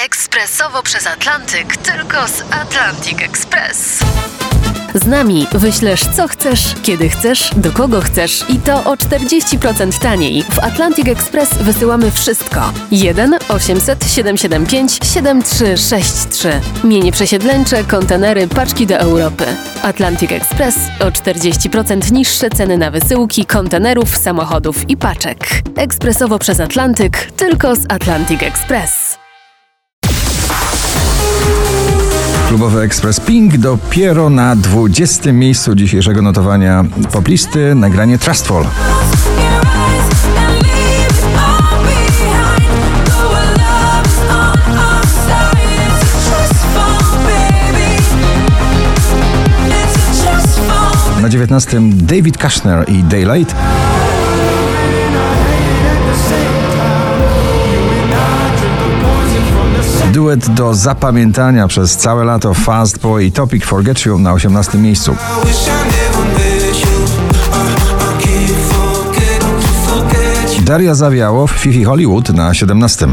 Ekspresowo przez Atlantyk, tylko z Atlantic Express. Z nami wyślesz co chcesz, kiedy chcesz, do kogo chcesz i to o 40% taniej. W Atlantic Express wysyłamy wszystko. 1 800 775 7363. Mienie przesiedleńcze, kontenery, paczki do Europy. Atlantic Express o 40% niższe ceny na wysyłki, kontenerów, samochodów i paczek. Ekspresowo przez Atlantyk, tylko z Atlantic Express. Klubowy Ekspres Pink dopiero na 20. miejscu dzisiejszego notowania poplisty, nagranie Trustful. Na 19. David Kushner i Daylight. Duet do zapamiętania przez całe lato Fast Boy i Topic Forget You na 18. miejscu. Daria Zawiałow, Fifi Hollywood na 17.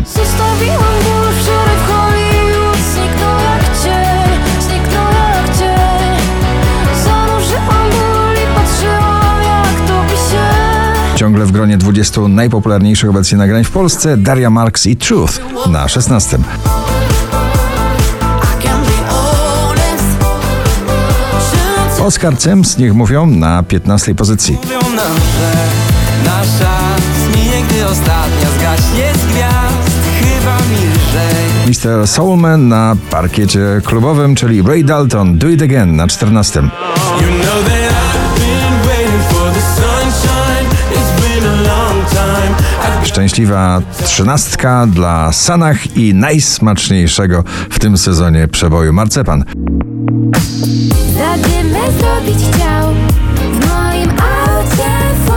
Ciągle w gronie 20 najpopularniejszych obecnie nagrań w Polsce Daria Marks i Truth na 16. Oskar Cems, Niech mówią na 15. pozycji. Mówią nam, że nasza zmije, gdy ostatnia zgaśnie z gwiazd, chyba mi lżej. Mr. Soulman na parkiecie klubowym, czyli Ray Dalton, Do It Again na 14. Szczęśliwa 13 dla Sanach i najsmaczniejszego w tym sezonie przeboju Marcepan. Będziemy zrobić chciał w moim aucie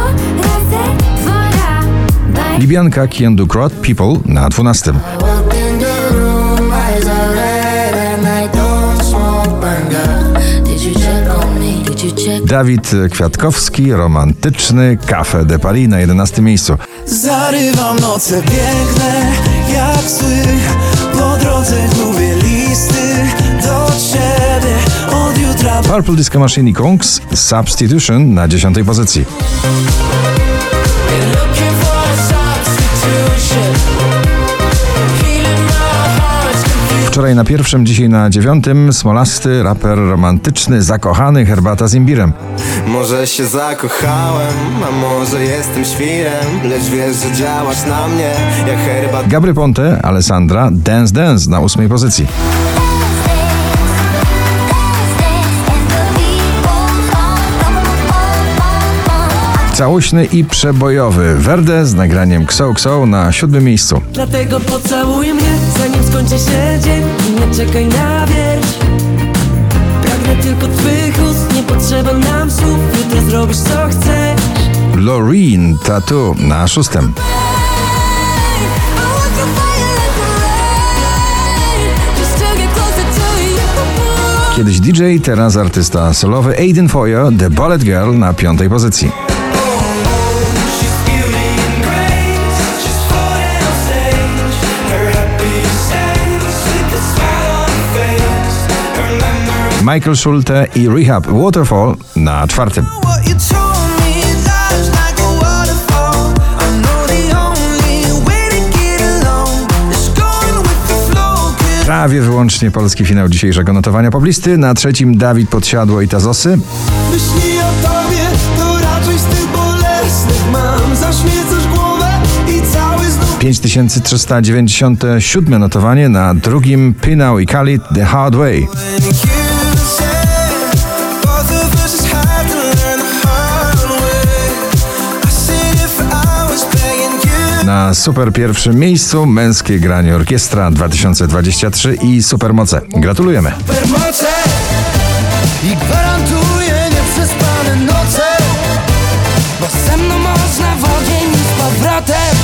fora. Libianka Kian Ducrot, People na 12. Dawid Kwiatkowski, Romantyczny, Café de Paris na 11. miejscu. Zarywam noce piękne, jak sły, po drodze gubię listy do ciebie od jutra. Purple Disco Machine i Kongs, Substitution na 10. pozycji. Wczoraj na 1., dzisiaj na 9. Smolasty, raper romantyczny, zakochany, Herbata z imbirem. Może się zakochałem, a może jestem świrem, lecz wiesz, że działasz na mnie jak herbata. Gabry Ponte, Alessandra, Dance Dance na 8. pozycji. Całośny i przebojowy Verde z nagraniem Xo Xo na 7. miejscu. Dlatego pocałuj mnie, zanim skończy się dzień i nie czekaj na wieś. Pragnę tylko twych ust, nie potrzeba nam słów, jutro zrobisz co chcesz. Loreen, Tattoo na 6. Kiedyś DJ, teraz artysta solowy Aiden Foyer, The Bullet Girl na 5. pozycji. Michael Schulte i Rehab, Waterfall na 4. Prawie wyłącznie polski finał dzisiejszego notowania poblisty. Na 3. Dawid Podsiadło i Tazosy. Myśli o tobie, to raczej z tych bolesnych mam. Zaśmiecasz głowę i cały znów. 5397 notowanie. Na 2. Pinał i Khalid, The Hard Way. Na super 1. miejscu męskie granie orkiestra 2023 i Supermoce. Gratulujemy. Supermoce i gwarantuję nieprzespane noce, bo ze mną można w ogień z powrotem.